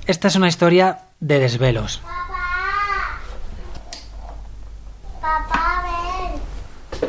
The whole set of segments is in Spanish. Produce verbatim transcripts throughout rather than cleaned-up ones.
Esta es una historia de desvelos. Papá. Papá, ven.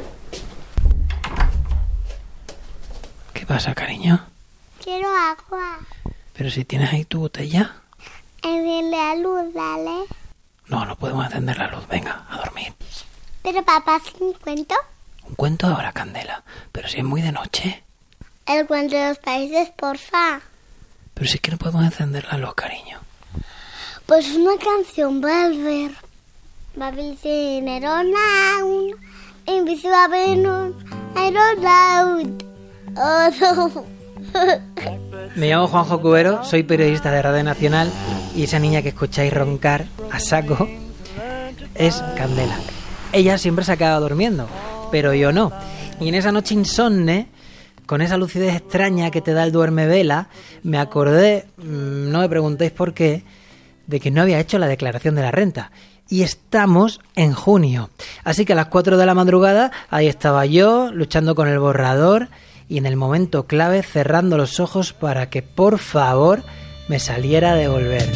¿Qué pasa, cariño? Quiero agua. Pero si tienes ahí tu botella. Enciende la luz, dale. No, no podemos encender la luz. Venga, a dormir. Pero papá, ¿es un cuento? Un cuento ahora, Candela. Pero si es muy de noche. El cuento de los países, porfa. Pero si es que no podemos encender la luz, cariño. Pues una canción, volver. Babil sin Aeronaut, Invisible Venom, Aeronaut. Oh, no. Me llamo Juanjo Cubero, soy periodista de Radio Nacional y esa niña que escucháis roncar a saco es Candela. Ella siempre se acaba durmiendo, pero yo no. Y en esa noche insomne, con esa lucidez extraña que te da el duerme vela, me acordé, no me preguntéis por qué, de que no había hecho la declaración de la renta. Y estamos en junio. Así que a las cuatro de la madrugada, ahí estaba yo, luchando con el borrador y en el momento clave cerrando los ojos para que, por favor, me saliera a devolver.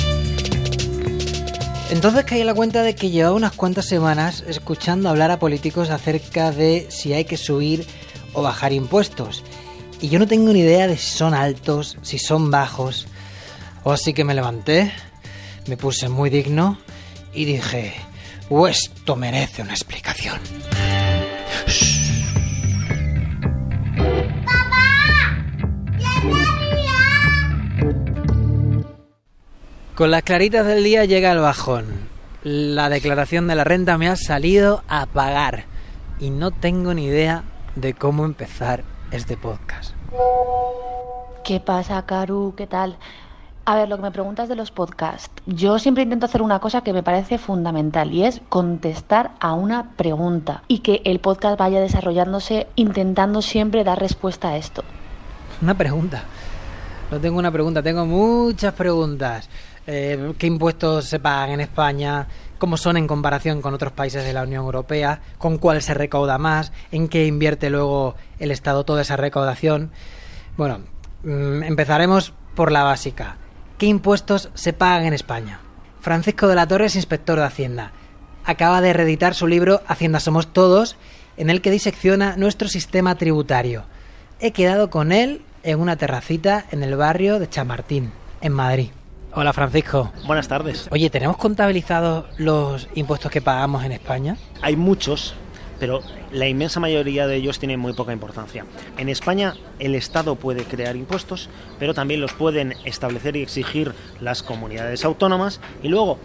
Entonces caí en la cuenta de que llevaba unas cuantas semanas escuchando hablar a políticos acerca de si hay que subir o bajar impuestos. Y yo no tengo ni idea de si son altos, si son bajos. Así que me levanté, me puse muy digno y dije, oh, esto merece una explicación. Con las claritas del día llega el bajón. La declaración de la renta me ha salido a pagar y no tengo ni idea de cómo empezar este podcast. ¿Qué pasa, Caru? ¿Qué tal? A ver, lo que me preguntas de los podcasts. Yo siempre intento hacer una cosa que me parece fundamental y es contestar a una pregunta y que el podcast vaya desarrollándose intentando siempre dar respuesta a esto. Una pregunta. No tengo una pregunta, tengo muchas preguntas. Eh, ¿Qué impuestos se pagan en España? ¿Cómo son en comparación con otros países de la Unión Europea? ¿Con cuál se recauda más? ¿En qué invierte luego el Estado toda esa recaudación? Bueno, mmm, empezaremos por la básica. ¿Qué impuestos se pagan en España? Francisco de la Torre es inspector de Hacienda. Acaba de reeditar su libro Hacienda Somos Todos, en el que disecciona nuestro sistema tributario. He quedado con él en una terracita en el barrio de Chamartín, en Madrid. Hola, Francisco. Buenas tardes. Oye, ¿tenemos contabilizados los impuestos que pagamos en España? Hay muchos, pero la inmensa mayoría de ellos tienen muy poca importancia. En España el Estado puede crear impuestos, pero también los pueden establecer y exigir las comunidades autónomas y luego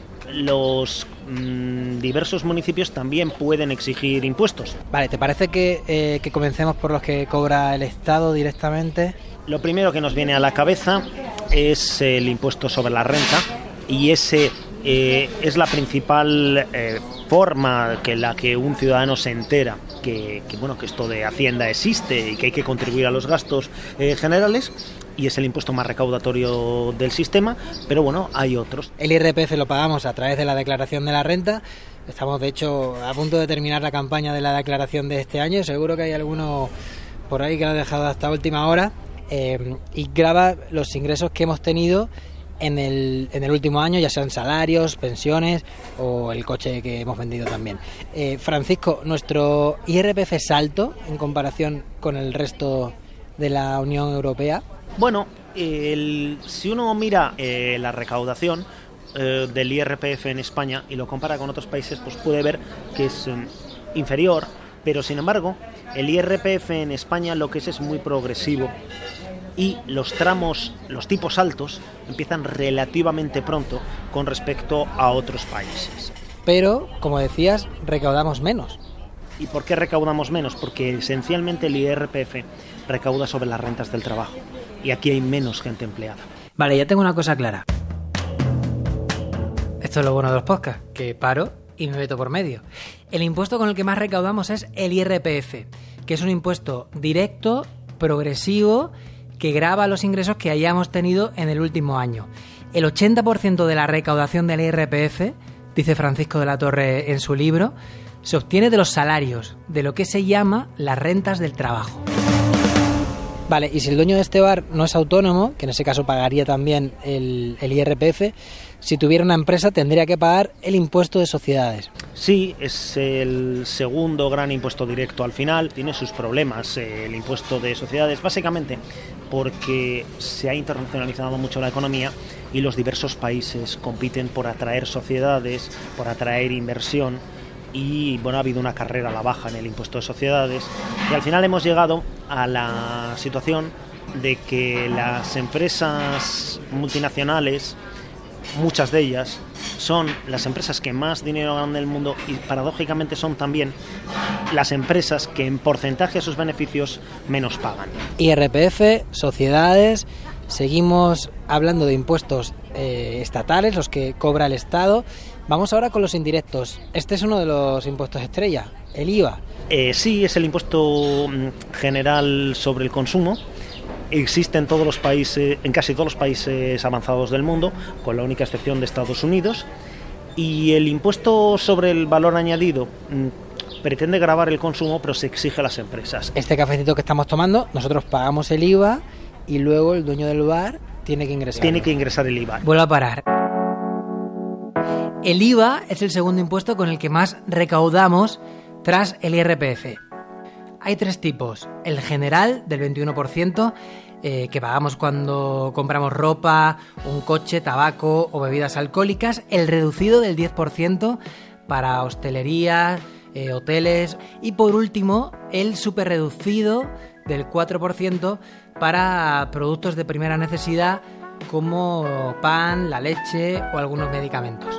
los mmm, diversos municipios también pueden exigir impuestos. Vale, ¿te parece que, eh, que comencemos por los que cobra el Estado directamente? Lo primero que nos viene a la cabeza es el impuesto sobre la renta y ese eh, es la principal eh, forma que la que un ciudadano se entera que, que bueno que esto de Hacienda existe y que hay que contribuir a los gastos eh, generales, y es el impuesto más recaudatorio del sistema, pero bueno, hay otros. El I R P F lo pagamos a través de la declaración de la renta. Estamos de hecho a punto de terminar la campaña de la declaración de este año. Seguro que hay alguno por ahí que lo ha dejado hasta última hora. Eh, y graba los ingresos que hemos tenido en el, en el último año, ya sean salarios, pensiones o el coche que hemos vendido también. Eh, Francisco, ¿nuestro I R P F es alto en comparación con el resto de la Unión Europea? Bueno, el, si uno mira eh, la recaudación eh, del I R P F en España y lo compara con otros países, pues puede ver que es eh, inferior, pero sin embargo el I R P F en España lo que es es muy progresivo y los tramos, los tipos altos empiezan relativamente pronto con respecto a otros países. Pero, como decías, recaudamos menos. ¿Y por qué recaudamos menos? Porque esencialmente el I R P F recauda sobre las rentas del trabajo y aquí hay menos gente empleada. Vale, ya tengo una cosa clara. Esto es lo bueno de los podcasts, que paro y me meto por medio. El impuesto con el que más recaudamos es el I R P F, que es un impuesto directo, progresivo, que grava los ingresos que hayamos tenido en el último año. El ochenta por ciento de la recaudación del I R P F, dice Francisco de la Torre en su libro, se obtiene de los salarios, de lo que se llama las rentas del trabajo. Vale, y si el dueño de este bar no es autónomo, que en ese caso pagaría también el, el I R P F, si tuviera una empresa tendría que pagar el impuesto de sociedades. Sí, es el segundo gran impuesto directo al final. Tiene sus problemas eh, el impuesto de sociedades, básicamente porque se ha internacionalizado mucho la economía y los diversos países compiten por atraer sociedades, por atraer inversión. Y bueno, ha habido una carrera a la baja en el impuesto de sociedades y al final hemos llegado a la situación de que las empresas multinacionales, muchas de ellas, son las empresas que más dinero ganan del mundo y paradójicamente son también las empresas que en porcentaje a sus beneficios menos pagan. I R P F, sociedades, seguimos hablando de impuestos eh, estatales, los que cobra el Estado. Vamos ahora con los indirectos. Este es uno de los impuestos estrella, el I V A. Eh, sí, es el impuesto general sobre el consumo. Existe en todos los países, en casi todos los países avanzados del mundo, con la única excepción de Estados Unidos. Y el impuesto sobre el valor añadido mmm, pretende gravar el consumo, pero se exige a las empresas. Este cafecito que estamos tomando, nosotros pagamos el I V A y luego el dueño del bar tiene que ingresar. Tiene que ingresar el I V A. Vuelvo a parar. El I V A es el segundo impuesto con el que más recaudamos tras el I R P F. Hay tres tipos. El general, del veintiuno por ciento, eh, que pagamos cuando compramos ropa, un coche, tabaco o bebidas alcohólicas. El reducido, del diez por ciento, para hostelería, eh, hoteles. Y por último, el superreducido, del cuatro por ciento, para productos de primera necesidad como pan, la leche o algunos medicamentos.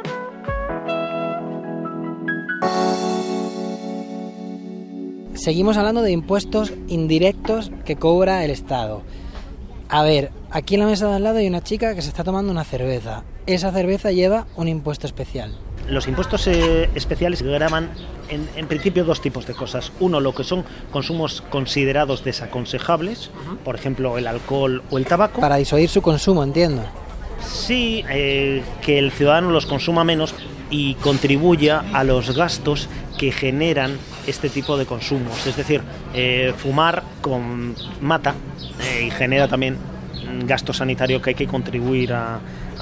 Seguimos hablando de impuestos indirectos que cobra el Estado. A ver, aquí en la mesa de al lado hay una chica que se está tomando una cerveza. Esa cerveza lleva un impuesto especial. Los impuestos eh, especiales gravan en, en principio dos tipos de cosas. Uno, lo que son consumos considerados desaconsejables, uh-huh. por ejemplo el alcohol o el tabaco. Para disuadir su consumo, entiendo. Sí, eh, que el ciudadano los consuma menos y contribuya a los gastos que generan este tipo de consumos. Es decir, eh, fumar con, mata eh, y genera también gasto sanitario que hay que contribuir a,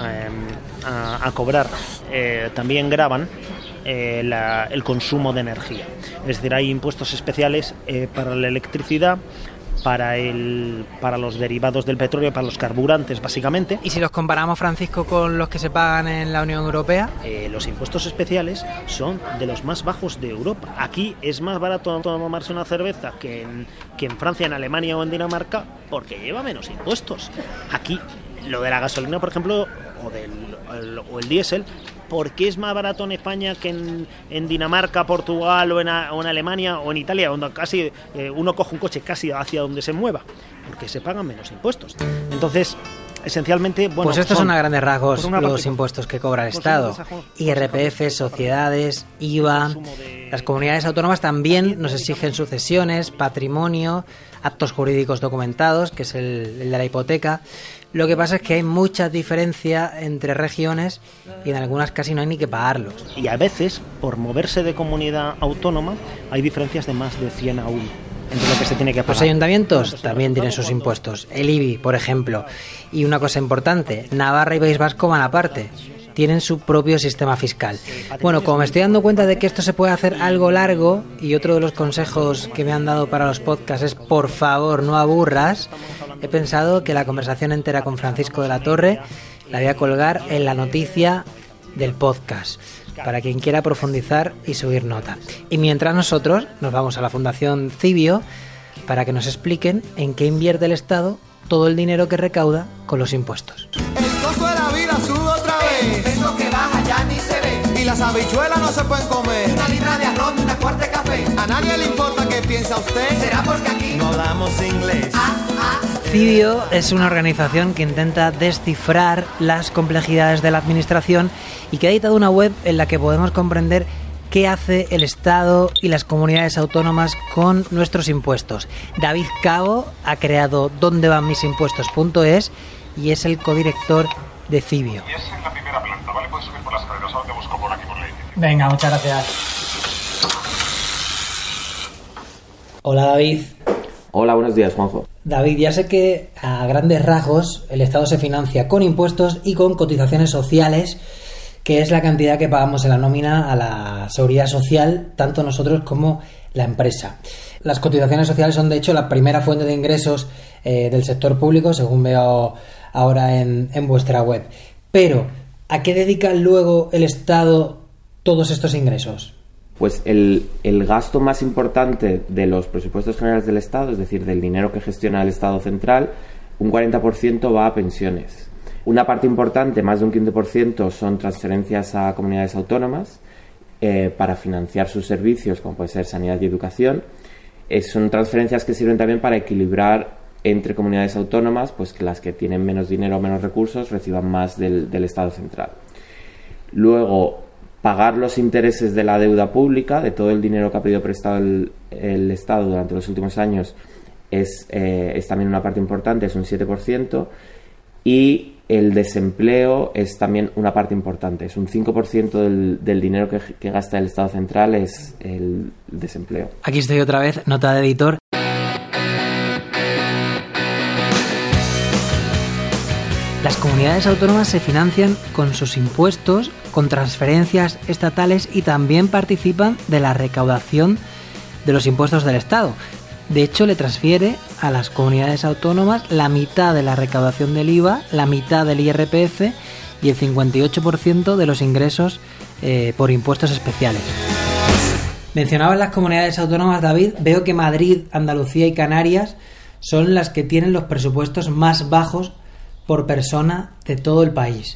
a, a, a cobrar. Eh, también gravan eh, la, el consumo de energía. Es decir, hay impuestos especiales eh, para la electricidad, para el para los derivados del petróleo, para los carburantes básicamente. ¿Y si los comparamos, Francisco, con los que se pagan en la Unión Europea? Eh, los impuestos especiales son de los más bajos de Europa. Aquí es más barato tomarse una cerveza que en, que en Francia, en Alemania o en Dinamarca, porque lleva menos impuestos. Aquí lo de la gasolina, por ejemplo, o, del, el, o el diésel, ¿por qué es más barato en España que en, en Dinamarca, Portugal o en, o en Alemania o en Italia, donde casi eh, uno coge un coche casi hacia donde se mueva? Porque se pagan menos impuestos. Entonces, esencialmente, bueno... Pues estos son, son a grandes rasgos los parte, impuestos que cobra el Estado. I R P F, sociedades, I V A... Las comunidades autónomas también nos exigen sucesiones, patrimonio, actos jurídicos documentados, que es el, el de la hipoteca. Lo que pasa es que hay mucha diferencia entre regiones y en algunas casi no hay ni que pagarlos. Y a veces, por moverse de comunidad autónoma, hay diferencias de más de cien a uno entre lo que se tiene que pagar. Los ayuntamientos también tienen sus impuestos. El I B I, por ejemplo. Y una cosa importante, Navarra y País Vasco van aparte. Tienen su propio sistema fiscal. Bueno, como me estoy dando cuenta de que esto se puede hacer algo largo, y otro de los consejos que me han dado para los podcasts es, por favor, no aburras, he pensado que la conversación entera con Francisco de la Torre la voy a colgar en la noticia del podcast, para quien quiera profundizar y subir nota. Y mientras nosotros nos vamos a la Fundación Cibio para que nos expliquen en qué invierte el Estado todo el dinero que recauda con los impuestos. El costo de la vida sube otra vez. Eso que baja ya ni se ve. Y las habichuelas no se pueden comer. Una libra de arroz y una cuarta de café. A nadie le importa qué piensa usted. ¿Será porque aquí no hablamos inglés? Ah, ah. Cibio es una organización que intenta descifrar las complejidades de la administración y que ha editado una web en la que podemos comprender qué hace el Estado y las comunidades autónomas con nuestros impuestos. David Cabo ha creado donde van mis impuestos punto es y es el codirector de Cibio. Y es en la primera planta, ¿vale? Puedes subir por las escaleras, ahora te busco por aquí por la edición. Venga, muchas gracias. Hola, David. Hola, buenos días, Juanjo. David, ya sé que a grandes rasgos el Estado se financia con impuestos y con cotizaciones sociales, que es la cantidad que pagamos en la nómina a la seguridad social, tanto nosotros como la empresa. Las cotizaciones sociales son, de hecho, la primera fuente de ingresos eh, del sector público, según veo ahora en, en vuestra web. Pero, ¿a qué dedica luego el Estado todos estos ingresos? Pues el, el gasto más importante de los presupuestos generales del Estado, es decir, del dinero que gestiona el Estado central, un cuarenta por ciento va a pensiones. Una parte importante, más de un quince por ciento, son transferencias a comunidades autónomas eh, para financiar sus servicios, como puede ser sanidad y educación. Eh, son transferencias que sirven también para equilibrar entre comunidades autónomas, pues que las que tienen menos dinero o menos recursos reciban más del, del Estado central. Luego, pagar los intereses de la deuda pública, de todo el dinero que ha pedido prestado el, el Estado durante los últimos años, es, eh, es también una parte importante, es un siete por ciento. Y el desempleo es también una parte importante, es un cinco por ciento del, del dinero que, que gasta el Estado central es el desempleo. Aquí estoy otra vez, nota de editor. Las comunidades autónomas se financian con sus impuestos, con transferencias estatales y también participan de la recaudación de los impuestos del Estado. De hecho, le transfiere a las comunidades autónomas la mitad de la recaudación del I V A, la mitad del I R P F y el cincuenta y ocho por ciento de los ingresos eh, por impuestos especiales. Mencionabas las comunidades autónomas, David. Veo que Madrid, Andalucía y Canarias son las que tienen los presupuestos más bajos por persona de todo el país.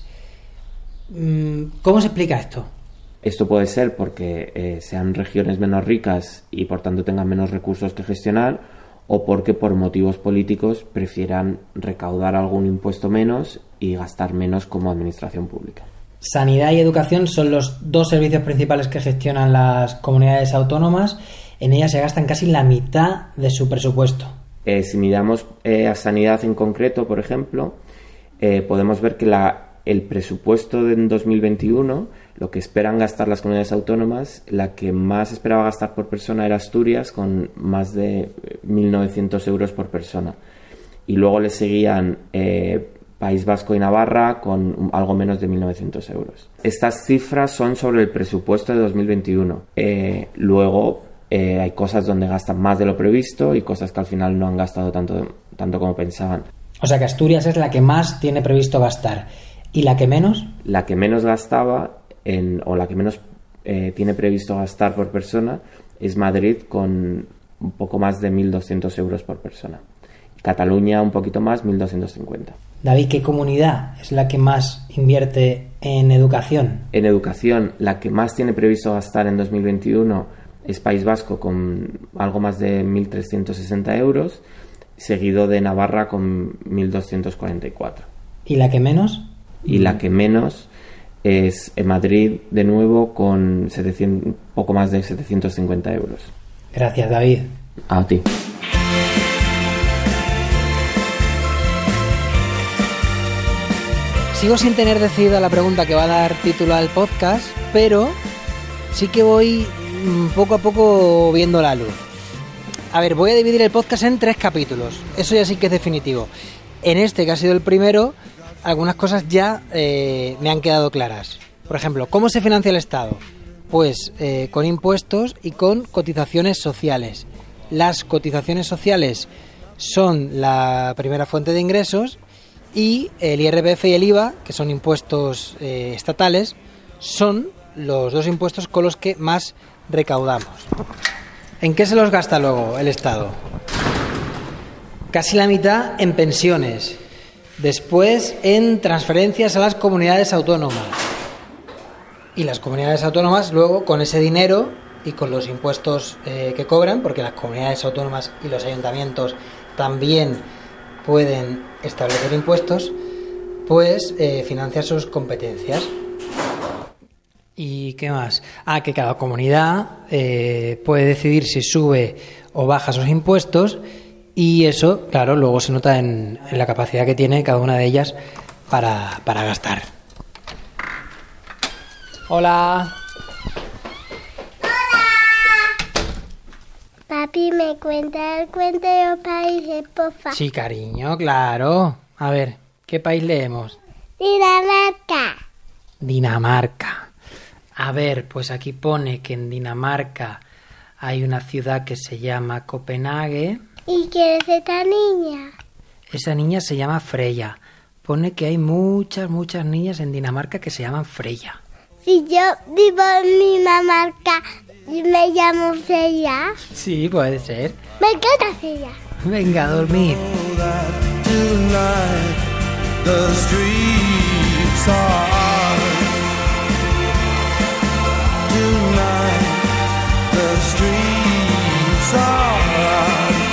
¿Cómo se explica esto? Esto puede ser porque eh, sean regiones menos ricas y por tanto tengan menos recursos que gestionar, o porque por motivos políticos prefieran recaudar algún impuesto menos y gastar menos como administración pública. Sanidad y educación son los dos servicios principales que gestionan las comunidades autónomas. En ellas se gastan casi la mitad de su presupuesto. Eh, si miramos eh, a sanidad en concreto, por ejemplo, eh, podemos ver que la, el presupuesto de dos mil veintiuno, lo que esperan gastar las comunidades autónomas, la que más esperaba gastar por persona era Asturias, con más de mil novecientos euros por persona. Y luego le seguían eh, País Vasco y Navarra con algo menos de mil novecientos euros. Estas cifras son sobre el presupuesto de dos mil veintiuno. Eh, luego eh, hay cosas donde gastan más de lo previsto y cosas que al final no han gastado tanto, tanto como pensaban. O sea que Asturias es la que más tiene previsto gastar. ¿Y la que menos? La que menos gastaba en, o la que menos eh, tiene previsto gastar por persona es Madrid, con un poco más de mil doscientos euros por persona. Cataluña un poquito más, mil doscientos cincuenta. David, ¿qué comunidad es la que más invierte en educación? En educación, la que más tiene previsto gastar en dos mil veintiuno es País Vasco, con algo más de mil trescientos sesenta euros, seguido de Navarra con mil doscientos cuarenta y cuatro. ¿Y la que menos? Y la que menos es en Madrid, de nuevo, con setecientos, poco más de setecientos cincuenta euros. Gracias, David. A ti. Sigo sin tener decidida la pregunta que va a dar título al podcast, pero sí que voy poco a poco viendo la luz. A ver, voy a dividir el podcast en tres capítulos. Eso ya sí que es definitivo. En este, que ha sido el primero, algunas cosas ya eh, me han quedado claras. Por ejemplo, ¿cómo se financia el Estado? Pues eh, con impuestos y con cotizaciones sociales. Las cotizaciones sociales son la primera fuente de ingresos y el I R P F y el I V A, que son impuestos eh, estatales, son los dos impuestos con los que más recaudamos. ¿En qué se los gasta luego el Estado? Casi la mitad en pensiones. Después en transferencias a las comunidades autónomas. Y las comunidades autónomas luego, con ese dinero y con los impuestos eh, que cobran, porque las comunidades autónomas y los ayuntamientos también pueden establecer impuestos, pues eh, financiar sus competencias. ¿Y qué más? Ah, que cada comunidad eh, puede decidir si sube o baja sus impuestos, y eso, claro, luego se nota en, en la capacidad que tiene cada una de ellas para, para gastar. Hola. Hola. Papi, ¿me cuenta el cuento de los países, por favor? Sí, cariño, claro. A ver, ¿qué país leemos? Dinamarca. Dinamarca. A ver, pues aquí pone que en Dinamarca hay una ciudad que se llama Copenhague. ¿Y quién es esta niña? Esa niña se llama Freya. Pone que hay muchas, muchas niñas en Dinamarca que se llaman Freya. Si yo vivo en Dinamarca, ¿me llamo Freya? Sí, puede ser. Me encanta Freya. Venga, a dormir. The streets are ours. Tonight, the streets are ours.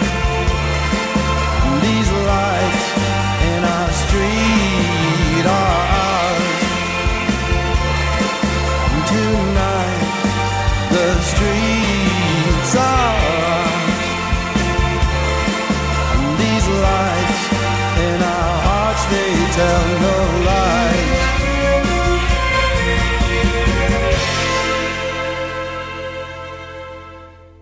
These lights in our street are ours. Tonight, the streets are ours. These lights in our hearts, they tell no lies.